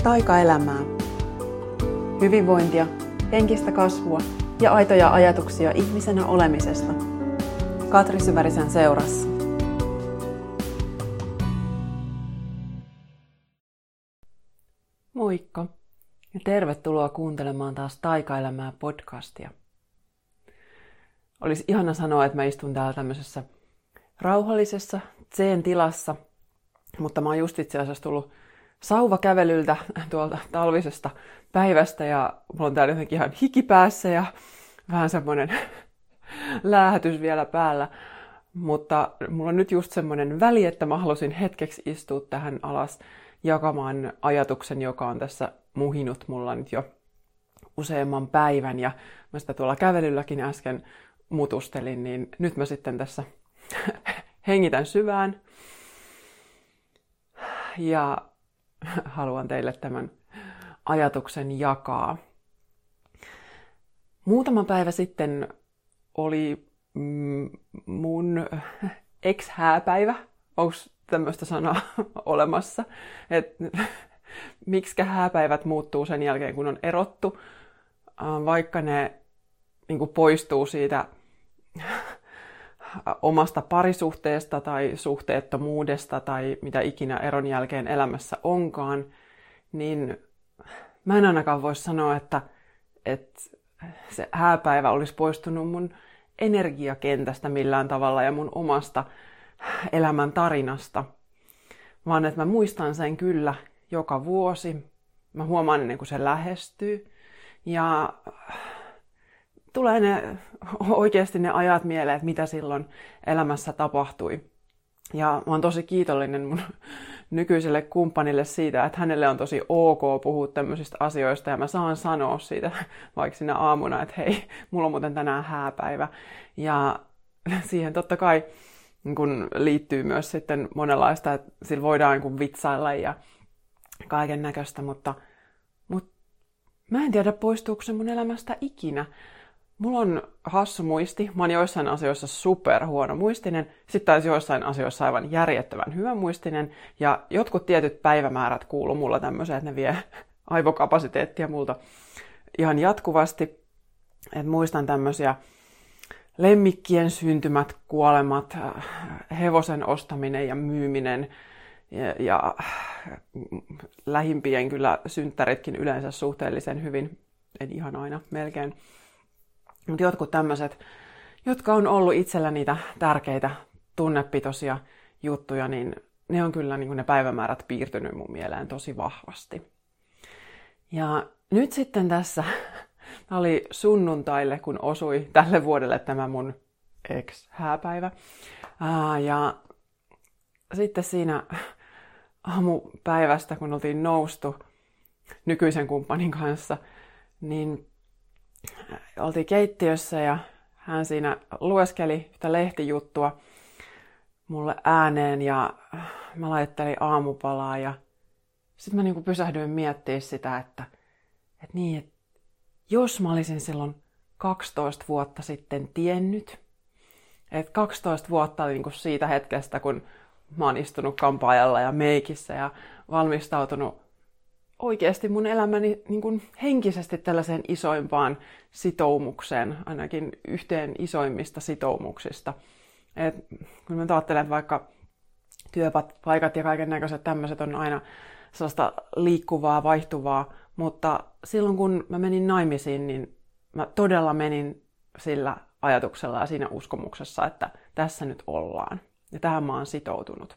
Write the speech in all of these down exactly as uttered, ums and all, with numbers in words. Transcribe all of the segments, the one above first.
taikaelämää. Hyvinvointia, henkistä kasvua ja aitoja ajatuksia ihmisenä olemisesta. Katri Syvärisen seurassa. Moikka ja tervetuloa kuuntelemaan taas Taikaelämää podcastia. Olisi ihana sanoa, että mä istun täällä tämmöisessä rauhallisessa zen-tilassa, mutta mä oon just itse asiassa tullut sauvakävelyltä tuolta talvisesta päivästä ja mulla on täällä jotenkin ihan hiki päässä ja vähän semmoinen läähätys vielä päällä. Mutta mulla on nyt just semmoinen väli, että mä halusin hetkeksi istua tähän alas jakamaan ajatuksen, joka on tässä muhinut mulla nyt jo useamman päivän. Ja mä sitä tuolla kävelylläkin äsken mutustelin, niin nyt mä sitten tässä hengitän syvään. Ja haluan teille tämän ajatuksen jakaa. Muutama päivä sitten oli mm, mun ex-hääpäivä. Onko tämmöistä sanaa olemassa? Et, miksikä hääpäivät muuttuu sen jälkeen, kun on erottu, vaikka ne niin kuin poistuu siitä omasta parisuhteesta tai suhteettomuudesta tai mitä ikinä eron jälkeen elämässä onkaan, niin mä en ainakaan voi sanoa, että, että se hääpäivä olisi poistunut mun energiakentästä millään tavalla ja mun omasta elämän tarinasta, vaan että mä muistan sen kyllä joka vuosi. Mä huomaan ennen kuin se lähestyy ja tulee ne, oikeasti ne ajat mieleen, että mitä silloin elämässä tapahtui. Ja mä oon tosi kiitollinen mun nykyiselle kumppanille siitä, että hänelle on tosi ok puhua tämmöisistä asioista. Ja mä saan sanoa siitä vaikka siinä aamuna, että hei, mulla on muuten tänään hääpäivä. Ja siihen totta kai niin kun liittyy myös sitten monenlaista, että sillä voidaan niin kun vitsailla ja kaiken näköistä. Mutta, mutta mä en tiedä, poistuuko se mun elämästä ikinä. Mulla on hassu muisti. Mä oon joissain asioissa super huono muistinen. Sitten taisi joissain asioissa aivan järjettömän hyvä muistinen. Ja jotkut tietyt päivämäärät kuuluu mulla tämmöiseen, että ne vie aivokapasiteettia multa ihan jatkuvasti. Et muistan tämmöisiä lemmikkien syntymät, kuolemat, hevosen ostaminen ja myyminen. Ja, ja lähimpien kyllä synttäritkin yleensä suhteellisen hyvin. En ihan aina, melkein. Mutta jotkut tämmöiset, jotka on ollut itsellä niitä tärkeitä tunnepitoisia juttuja, niin ne on kyllä niin kuin ne päivämäärät piirtynyt mun mieleen tosi vahvasti. Ja nyt sitten tässä, tämä oli sunnuntaille, kun osui tälle vuodelle tämä mun ex-hääpäivä. Ää, ja sitten siinä aamupäivästä, kun oltiin noustu nykyisen kumppanin kanssa, niin oltiin keittiössä ja hän siinä lueskeli yhtä lehtijuttua mulle ääneen ja mä laittelin aamupalaa ja sitten mä niinku pysähdyin miettimään sitä, että, että niin, että jos mä olisin silloin kaksitoista vuotta sitten tiennyt, että kaksitoista vuotta niinku siitä hetkestä, kun mä oon istunut kampaajalla ja meikissä ja valmistautunut oikeasti mun elämäni niin kuin henkisesti tällaiseen isoimpaan sitoumukseen, ainakin yhteen isoimmista sitoumuksista. Et kun mä ajattelen, että vaikka työpaikat ja kaiken näköiset tämmöiset on aina sellaista liikkuvaa, vaihtuvaa, mutta silloin kun mä menin naimisiin, niin mä todella menin sillä ajatuksella ja siinä uskomuksessa, että tässä nyt ollaan. Ja tähän mä oon sitoutunut.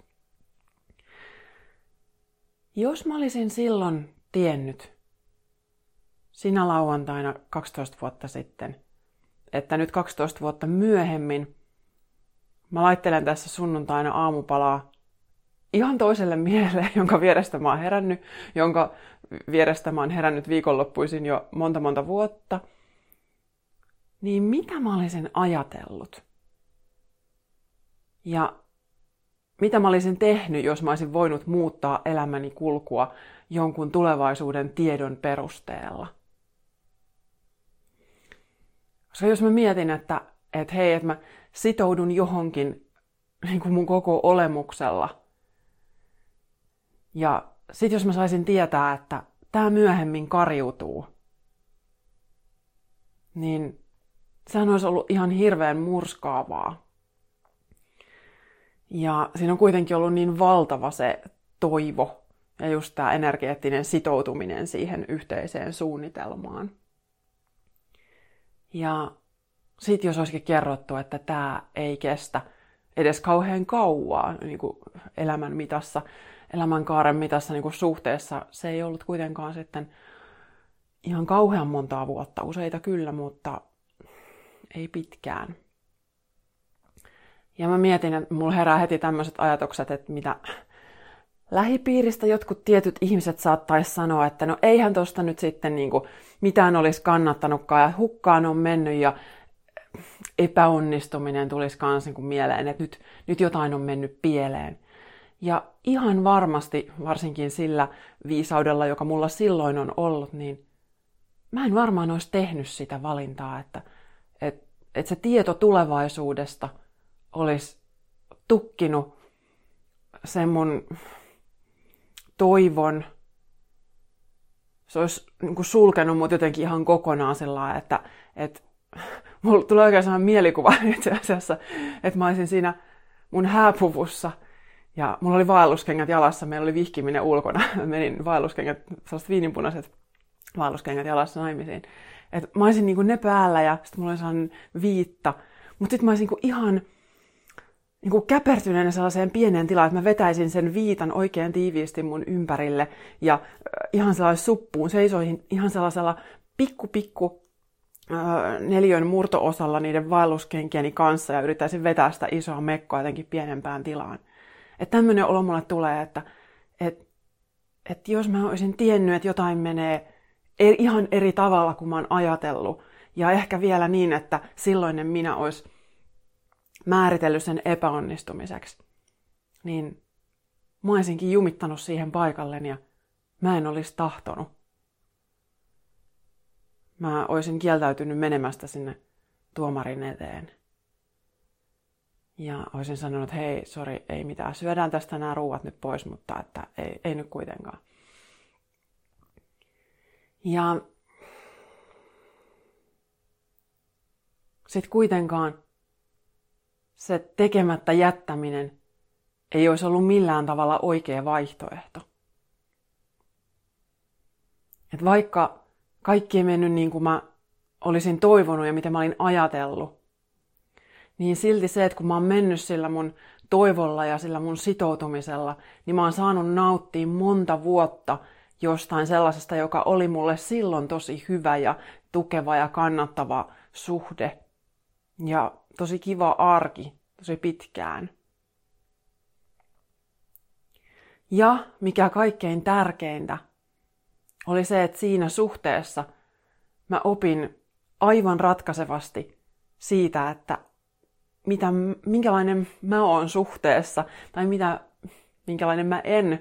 Jos mä olisin silloin tiennyt sinä lauantaina kaksitoista vuotta sitten, että nyt kaksitoista vuotta myöhemmin mä laittelen tässä sunnuntaina aamupalaa ihan toiselle miehelle, jonka vierestä mä oon herännyt, jonka vierestä mä oon herännyt viikonloppuisin jo monta monta vuotta, niin mitä mä olisin ajatellut? Ja mitä mä olisin tehnyt, jos mä olisin voinut muuttaa elämäni kulkua jonkun tulevaisuuden tiedon perusteella? Koska jos mä mietin, että, että hei, että mä sitoudun johonkin niin kuin mun koko olemuksella. Ja sit jos mä saisin tietää, että tämä myöhemmin kariutuu, niin sehän olisi ollut ihan hirveän murskaavaa. Ja siinä on kuitenkin ollut niin valtava se toivo ja just tämä energeettinen sitoutuminen siihen yhteiseen suunnitelmaan. Ja sitten jos olisikin kerrottu, että tämä ei kestä edes kauhean kauaa niin kuin elämän mitassa, elämänkaaren mitassa niin kuin suhteessa, se ei ollut kuitenkaan sitten ihan kauhean montaa vuotta, useita kyllä, mutta ei pitkään. Ja mä mietin, että mulla herää heti tämmöiset ajatukset, että mitä lähipiiristä jotkut tietyt ihmiset saattaisi sanoa, että no eihän tosta nyt sitten niin kuin mitään olisi kannattanutkaan ja hukkaan on mennyt ja epäonnistuminen tulisi kans niin kuin mieleen, että nyt, nyt jotain on mennyt pieleen. Ja ihan varmasti, varsinkin sillä viisaudella, joka mulla silloin on ollut, niin mä en varmaan olisi tehnyt sitä valintaa, että, että, että se tieto tulevaisuudesta olisi tukkinut sen mun toivon. Se olisi niin kuin sulkenut mut jotenkin ihan kokonaan sillä lailla, että, että mulla tulee oikein sellainen mielikuva itse asiassa, että mä olisin siinä mun hääpuvussa ja mulla oli vaelluskengät jalassa, meillä oli vihkiminen ulkona. Mä menin vaelluskengät, sellaiset viininpunaiset vaelluskengät jalassa naimisiin. Et mä olisin niin kuin ne päällä ja sitten mulla oli sellainen viitta. Mutta sitten mä olisin niin kuin ihan niin kuin käpertyneenä sellaiseen pieneen tilaan, että mä vetäisin sen viitan oikein tiiviisti mun ympärille ja ihan sellaisen suppuun seisoihin ihan sellaisella pikku pikku neljön murto-osalla niiden vaelluskenkieni kanssa ja yrittäisin vetää sitä isoa mekkoa jotenkin pienempään tilaan. Että tämmöinen olo mulle tulee, että et, et jos mä olisin tiennyt, että jotain menee eri, ihan eri tavalla kuin mä oon ajatellut, ja ehkä vielä niin, että silloinen minä olisi määritellyt sen epäonnistumiseksi, niin mä olisinkin jumittanut siihen paikalleen ja mä en olisi tahtonut. Mä olisin kieltäytynyt menemästä sinne tuomarin eteen. Ja olisin sanonut, että hei, sori, ei mitään, syödään tästä nämä ruuat nyt pois, mutta että ei, ei nyt kuitenkaan. Ja sitten kuitenkaan se tekemättä jättäminen ei olisi ollut millään tavalla oikea vaihtoehto. Et vaikka kaikki ei mennyt niin kuin mä olisin toivonut ja miten mä olin ajatellut, niin silti se, että kun mä oon mennyt sillä mun toivolla ja sillä mun sitoutumisella, niin mä oon saanut nauttia monta vuotta jostain sellaisesta, joka oli mulle silloin tosi hyvä ja tukeva ja kannattava suhde. Ja tosi kiva arki, tosi pitkään. Ja mikä kaikkein tärkeintä, oli se, että siinä suhteessa mä opin aivan ratkaisevasti siitä, että mitä, minkälainen mä oon suhteessa tai mitä, minkälainen mä en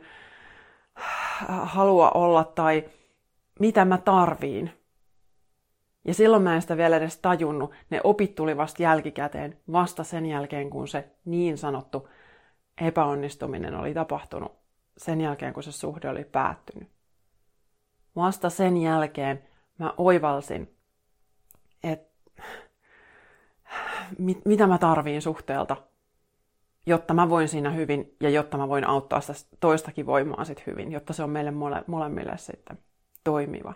halua olla tai mitä mä tarviin. Ja silloin mä en sitä vielä edes tajunnut. Ne opit tuli vasta jälkikäteen, vasta sen jälkeen, kun se niin sanottu epäonnistuminen oli tapahtunut. Sen jälkeen, kun se suhde oli päättynyt. Vasta sen jälkeen mä oivalsin, että mit, mitä mä tarviin suhteelta, jotta mä voin siinä hyvin ja jotta mä voin auttaa sitä toistakin voimaa sit hyvin, jotta se on meille mole, molemmille sitten toimiva.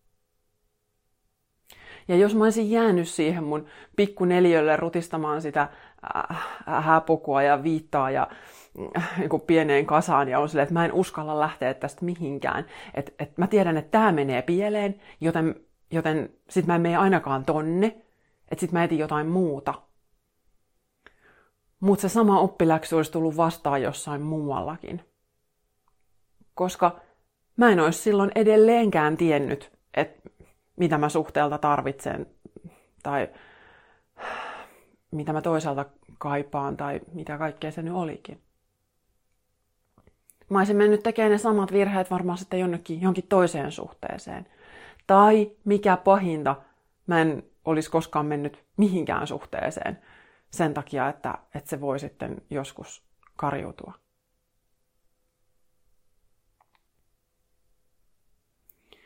Ja jos mä olisin jäänyt siihen mun pikkuneliölle rutistamaan sitä hääpukua ja viittaa ja niin kuin pieneen kasaan ja on silleen, että mä en uskalla lähteä tästä mihinkään. Että et mä tiedän, että tää menee pieleen, joten, joten sit mä en mene ainakaan tonne, että sit mä etin jotain muuta. Mutta se sama oppiläksy olisi tullut vastaan jossain muuallakin. Koska mä en olisi silloin edelleenkään tiennyt, että mitä mä suhteelta tarvitsen tai mitä mä toisaalta kaipaan tai mitä kaikkea se nyt olikin. Mä olisin mennyt tekemään ne samat virheet varmaan sitten jonnekin, jonkin toiseen suhteeseen. Tai mikä pahinta, mä en olisi koskaan mennyt mihinkään suhteeseen sen takia, että, että se voi sitten joskus kariutua.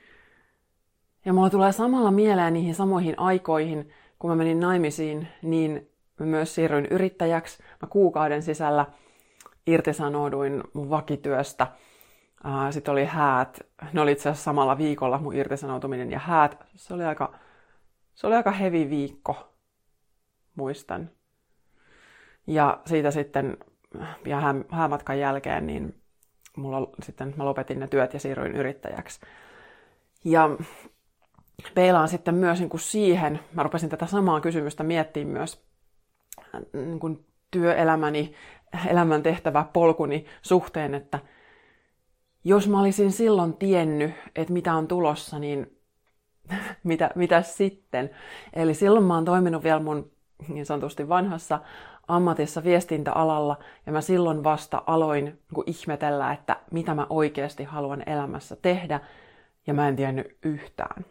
Ja mulla tulee samalla mieleen niihin samoihin aikoihin, kun mä menin naimisiin, niin mä myös siirryin yrittäjäksi. Mä kuukauden sisällä irtisanouduin mun vakityöstä. Sitten oli häät. Ne oli itse asiassa samalla viikolla mun irtisanoutuminen ja häät. Se oli aika, se oli aika heavy viikko, muistan. Ja siitä sitten ja häämatkan jälkeen niin mulla sitten mä lopetin ne työt ja siirryin yrittäjäksi. Ja peilaan sitten myös niin kuin siihen, mä rupesin tätä samaa kysymystä miettimään myös niin kuin työelämäni, elämän tehtävä polkuni suhteen, että jos mä olisin silloin tiennyt, että mitä on tulossa, niin mitä, mitä sitten? Eli silloin mä oon toiminut vielä mun niin sanotusti vanhassa ammatissa viestintäalalla, ja mä silloin vasta aloin niin kuin ihmetellä, että mitä mä oikeasti haluan elämässä tehdä, ja mä en tiennyt yhtään.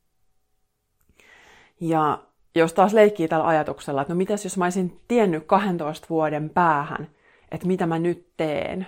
Ja jos taas leikkii tällä ajatuksella, että no mitäs jos mä olisin tiennyt kahdentoista vuoden päähän, että mitä mä nyt teen.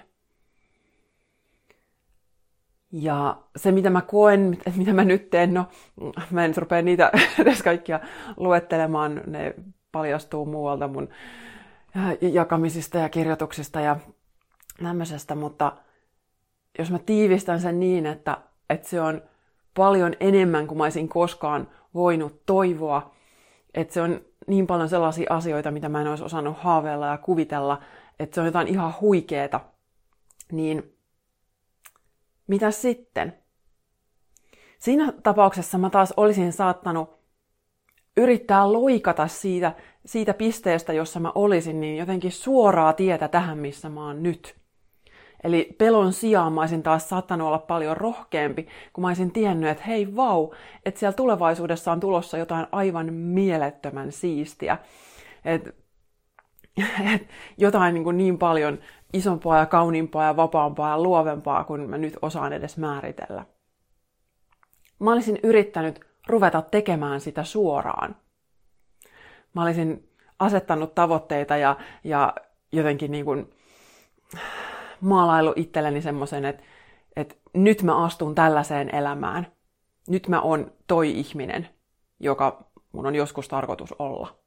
Ja se mitä mä koen, että mitä mä nyt teen, no mä en nyt rupea niitä edes kaikkia luettelemaan, ne paljastuu muualta mun jakamisista ja kirjoituksista ja tämmöisestä, mutta jos mä tiivistän sen niin, että, että se on paljon enemmän kuin mä olisin koskaan voinut toivoa, että se on niin paljon sellaisia asioita, mitä mä en olisi osannut haaveilla ja kuvitella, että se on jotain ihan huikeeta, niin mitä sitten? Siinä tapauksessa mä taas olisin saattanut yrittää loikata siitä, siitä pisteestä, jossa mä olisin, niin jotenkin suoraa tietä tähän, missä mä oon nyt. Eli pelon sijaan mä olisin taas saattanut olla paljon rohkeampi, kun mä olisin tiennyt, että hei vau, että siellä tulevaisuudessa on tulossa jotain aivan mielettömän siistiä. Et, et jotain niin, kuin niin paljon isompaa ja kauniimpaa ja vapaampaa ja luovempaa, kuin mä nyt osaan edes määritellä. Mä olisin yrittänyt ruveta tekemään sitä suoraan. Mä olisin asettanut tavoitteita ja, ja jotenkin niin kuin maalailu itselleni semmoisen, että, että nyt mä astun tällaiseen elämään. Nyt mä oon toi ihminen, joka mun on joskus tarkoitus olla.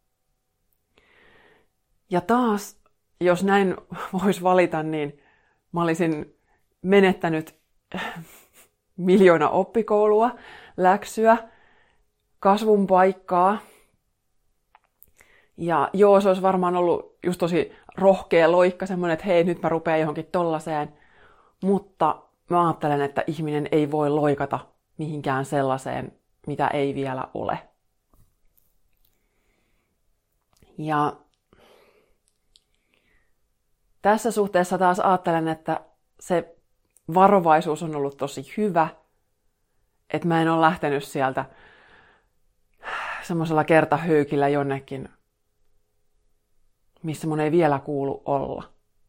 Ja taas, jos näin vois valita, niin mä olisin menettänyt miljoona oppikoulua, läksyä, kasvun paikkaa. Ja joo, se olisi varmaan ollut just tosi rohkea loikka, semmoinen, että hei, nyt mä rupean johonkin tollaseen. Mutta mä ajattelen, että ihminen ei voi loikata mihinkään sellaiseen, mitä ei vielä ole. Ja tässä suhteessa taas ajattelen, että se varovaisuus on ollut tosi hyvä, että mä en ole lähtenyt sieltä semmoisella kertahöykillä jonnekin, missä mun ei vielä kuulu olla.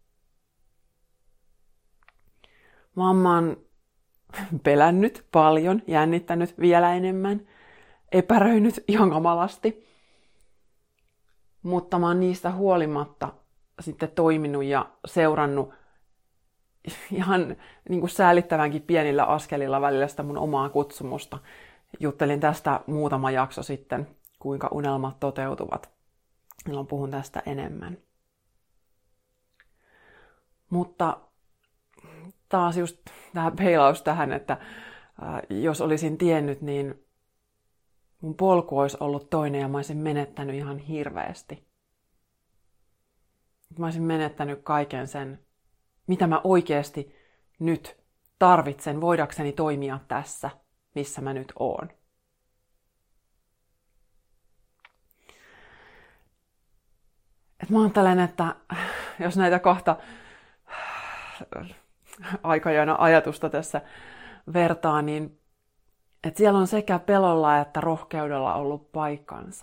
Mä oon pelännyt paljon, jännittänyt vielä enemmän, epäröinyt ihan kamalasti, mutta mä oon niistä huolimatta sitten toiminut ja seurannut ihan niin kuin säälittävänkin pienillä askelilla välillä sitä mun omaa kutsumusta. Juttelin tästä muutama jakso sitten, kuinka unelmat toteutuvat. Milloin puhun tästä enemmän. Mutta taas just tämä peilaus tähän, että jos olisin tiennyt, niin mun polku olisi ollut toinen ja mä olisin menettänyt ihan hirveästi. Mä olisin menettänyt kaiken sen, mitä mä oikeasti nyt tarvitsen voidakseni toimia tässä, missä mä nyt oon. Et mä ajattelen, että jos näitä kahta aikajana ajatusta tässä vertaa, niin että siellä on sekä pelolla että rohkeudella ollut paikkansa.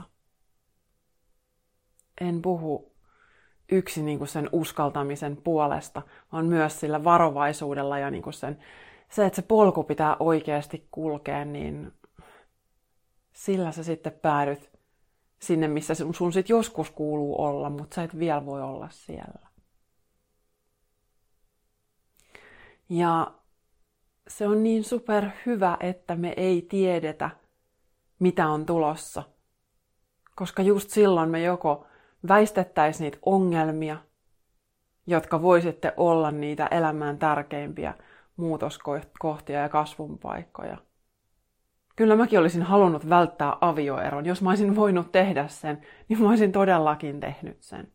En puhu yksin niin kuin sen uskaltamisen puolesta, vaan myös sillä varovaisuudella ja niin kuin sen, se, että se polku pitää oikeasti kulkea, niin sillä sä sitten päädyt sinne, missä sun, sun sit joskus kuuluu olla, mutta sä et vielä voi olla siellä. Ja se on niin super hyvä, että me ei tiedetä, mitä on tulossa. Koska just silloin me joko väistettäisiin niitä ongelmia, jotka voi sitten olla niitä elämän tärkeimpiä muutoskohtia ja kasvun paikkoja. Kyllä mäkin olisin halunnut välttää avioeron. Jos mä olisin voinut tehdä sen, niin mä olisin todellakin tehnyt sen.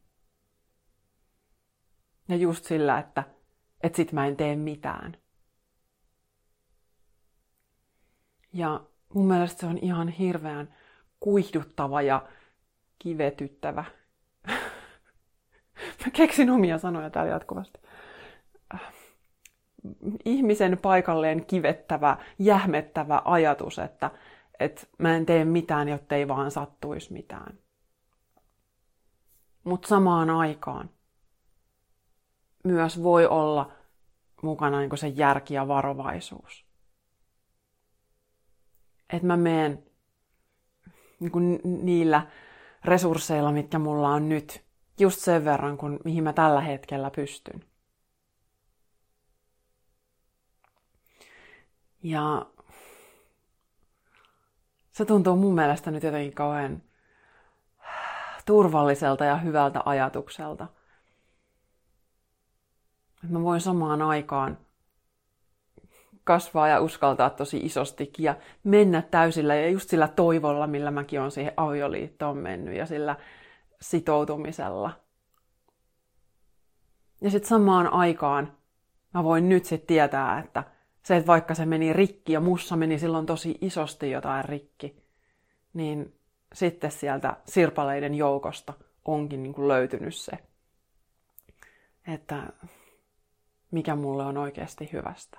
Ja just sillä, että, että sit mä en tee mitään. Ja mun mielestä se on ihan hirveän kuihduttava ja kivetyttävä. Mä keksin omia sanoja täällä jatkuvasti. Ihmisen paikalleen kivettävä, jähmettävä ajatus, että, että mä en tee mitään, jottei vaan sattuisi mitään. Mutta samaan aikaan myös voi olla mukana niin se järki ja varovaisuus. Että mä menen niin niillä resursseilla, mitkä mulla on nyt, just sen verran, kun, mihin mä tällä hetkellä pystyn. Ja se tuntuu mun mielestä nyt jotenkin kauhean turvalliselta ja hyvältä ajatukselta. Että mä voin samaan aikaan kasvaa ja uskaltaa tosi isostikin ja mennä täysillä ja just sillä toivolla, millä mäkin olen siihen avioliittoon mennyt ja sillä sitoutumisella. Ja sitten samaan aikaan mä voin nyt sitten tietää, että se, että vaikka se meni rikki ja mussa meni silloin tosi isosti jotain rikki, niin sitten sieltä sirpaleiden joukosta onkin niin kuin löytynyt se, että mikä mulle on oikeasti hyvästä.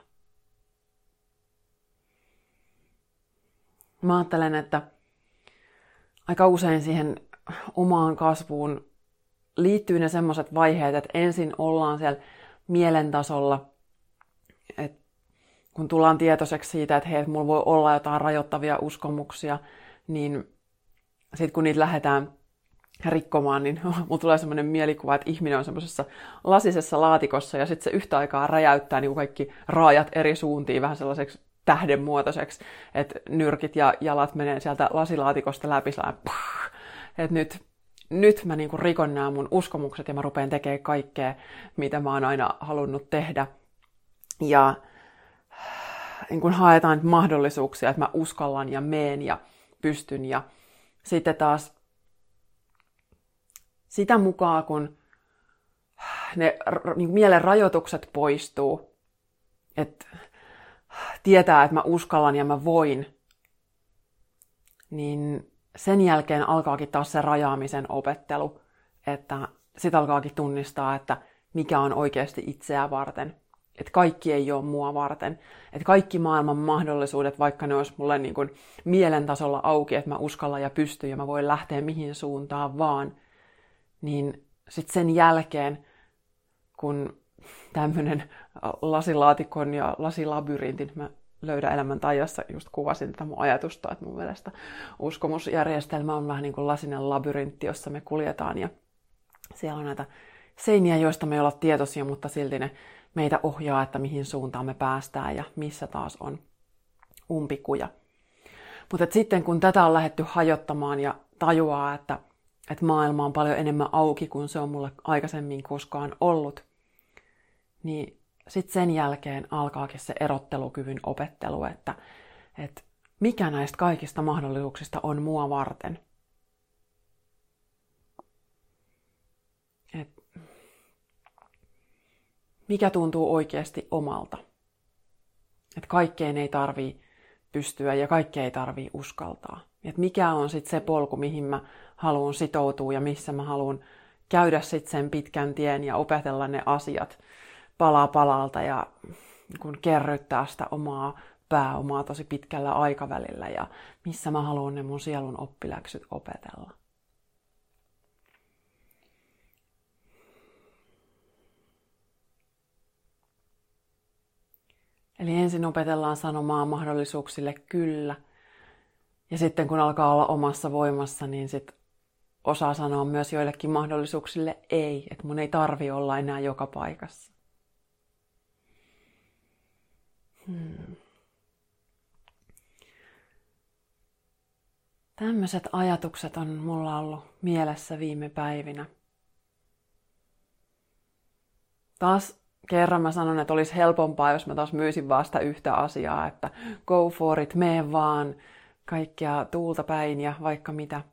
Mä ajattelen, että aika usein siihen omaan kasvuun liittyy ne semmoiset vaiheet, että ensin ollaan siellä mielen tasolla, että kun tullaan tietoiseksi siitä, että hei, että mulla voi olla jotain rajoittavia uskomuksia, niin sitten kun niitä lähdetään rikkomaan, niin mulla tulee semmoinen mielikuva, että ihminen on semmoisessa lasisessa laatikossa ja sitten se yhtä aikaa räjäyttää niin kuin kaikki raajat eri suuntiin vähän sellaiseksi tähdenmuotoiseksi, että nyrkit ja jalat menee sieltä lasilaatikosta läpi, että nyt, nyt mä niinku rikon nämä mun uskomukset ja mä rupean tekemään kaikkea, mitä mä oon aina halunnut tehdä. Ja niin kun haetaan mahdollisuuksia, että mä uskallan ja meen ja pystyn. Ja sitten taas sitä mukaan, kun ne niin mielen rajoitukset poistuu, että tietää, että mä uskallan ja mä voin, niin sen jälkeen alkaakin taas se rajaamisen opettelu, että sit alkaakin tunnistaa, että mikä on oikeasti itseä varten. Että kaikki ei ole mua varten. Että kaikki maailman mahdollisuudet, vaikka ne olisi mulle niin kuin mielen tasolla auki, että mä uskallan ja pystyn ja mä voin lähteä mihin suuntaan vaan, niin sit sen jälkeen, kun tämmöinen lasilaatikon ja lasilabyrintin, mä löydän elämän taijassa, just kuvasin tätä mun ajatusta, että mun mielestä uskomusjärjestelmä on vähän niin kuin lasinen labyrintti, jossa me kuljetaan ja siellä on näitä seiniä, joista me ei olla tietoisia, mutta silti ne meitä ohjaa, että mihin suuntaan me päästään ja missä taas on umpikuja. Mutta sitten kun tätä on lähdetty hajottamaan ja tajuaa, että, että maailma on paljon enemmän auki kuin se on mulle aikaisemmin koskaan ollut, niin sitten sen jälkeen alkaakin se erottelukyvyn opettelu, että, että mikä näistä kaikista mahdollisuuksista on mua varten. Et mikä tuntuu oikeasti omalta. Että kaikkeen ei tarvii pystyä ja kaikkea ei tarvii uskaltaa. Et mikä on sitten se polku, mihin mä haluan sitoutua ja missä mä haluan käydä sitten sen pitkän tien ja opetella ne asiat pala palalta ja kun kerryttää sitä omaa pääomaa tosi pitkällä aikavälillä ja missä mä haluan ne mun sielun oppiläksyt opetella. Eli ensin opetellaan sanomaan mahdollisuuksille kyllä. Ja sitten kun alkaa olla omassa voimassa, niin sit osaa sanoa myös joillekin mahdollisuuksille ei. Että mun ei tarvi olla enää joka paikassa. Hmm. Tämmöiset ajatukset on mulla ollut mielessä viime päivinä. Taas kerran mä sanon, että olisi helpompaa, jos mä taas myisin vaan sitä yhtä asiaa, että go for it, mee vaan, kaikkea tuulta päin ja vaikka mitä.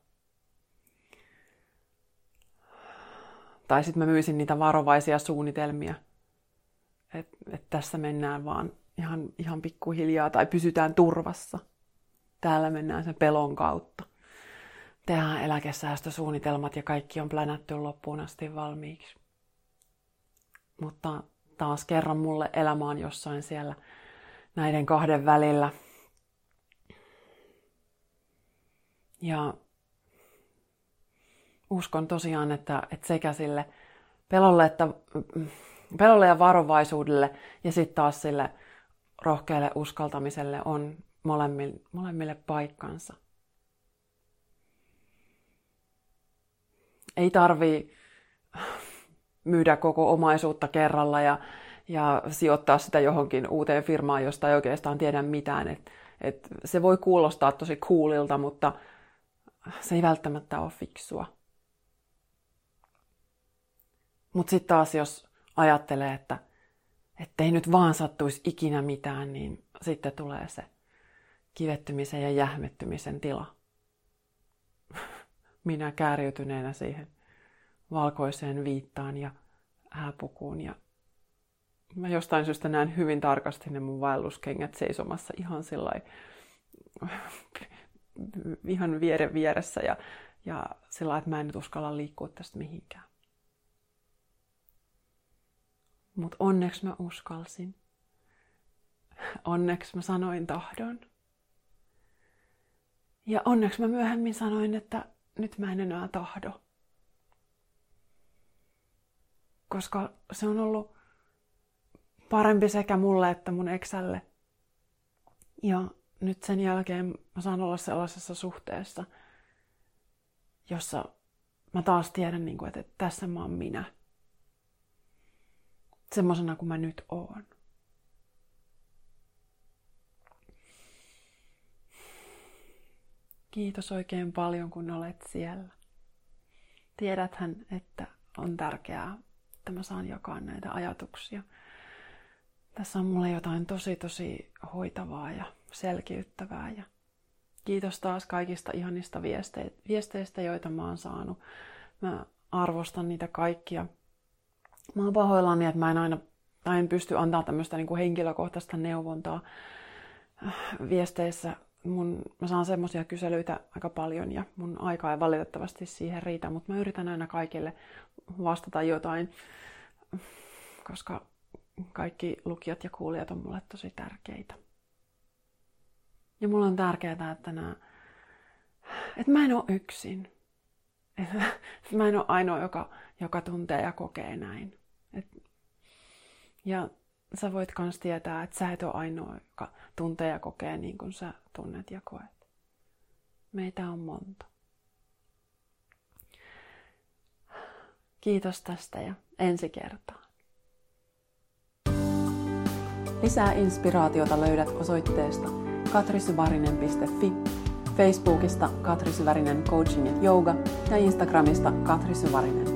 Tai sitten mä myisin niitä varovaisia suunnitelmia, että et tässä mennään vaan ihan, ihan pikkuhiljaa tai pysytään turvassa. Täällä mennään sen pelon kautta. Tehdään eläkesäästösuunnitelmat ja kaikki on plänätty loppuun asti valmiiksi. Mutta taas kerran mulle elämä on jossain siellä näiden kahden välillä. Ja uskon tosiaan, että, että sekä sille pelolle, että, pelolle ja varovaisuudelle ja sitten taas sille rohkealle uskaltamiselle on molemmille, molemmille paikkansa. Ei tarvii myydä koko omaisuutta kerralla ja, ja sijoittaa sitä johonkin uuteen firmaan, josta ei oikeastaan tiedä mitään. Et, et se voi kuulostaa tosi coolilta, mutta se ei välttämättä ole fiksua. Mutta sitten taas jos ajattelee, että ei nyt vaan sattuisi ikinä mitään, niin sitten tulee se kivettymisen ja jähmettymisen tila. Minä kääriytyneenä siihen valkoiseen viittaan ja hääpukuun. Ja mä jostain syystä näen hyvin tarkasti ne mun vaelluskengät seisomassa ihan sillai, ihan viere vieressä ja, ja sillä että mä en nyt uskalla liikkua tästä mihinkään. Mutta onneksi mä uskalsin. Onneksi mä sanoin tahdon. Ja onneksi mä myöhemmin sanoin, että nyt mä en enää tahdo. Koska se on ollut parempi sekä mulle että mun eksälle. Ja nyt sen jälkeen mä saan olla sellaisessa suhteessa, jossa mä taas tiedän, että tässä mä oon minä. Semmosena kuin mä nyt oon. Kiitos oikein paljon, kun olet siellä. Tiedäthän, että on tärkeää, että mä saan jakaa näitä ajatuksia. Tässä on mulle jotain tosi, tosi hoitavaa ja selkiyttävää. Ja kiitos taas kaikista ihanista viesteistä, joita mä oon saanut. Mä arvostan niitä kaikkia. Mä oon pahoillani, että mä en aina tai en pysty antaa tämmöistä niin kuin henkilökohtaista neuvontaa viesteissä. Mun, mä saan semmoisia kyselyitä aika paljon ja mun aika ei valitettavasti siihen riitä, mutta mä yritän aina kaikille vastata jotain, koska kaikki lukijat ja kuulijat on mulle tosi tärkeitä. Ja mulla on tärkeää, että, nää, että mä en ole yksin. Että mä en ole ainoa, joka, joka tuntee ja kokee näin. Et, ja sä voit kans tietää, että sä et ole ainoa, joka tuntee ja kokee niin kuin sä tunnet ja koet. Meitä on monta. Kiitos tästä ja ensi kertaan. Lisää inspiraatiota löydät osoitteesta katri syvärinen piste fi, Facebookista Katri Syvärinen Coaching and Yoga ja Instagramista Katri Syvärinen.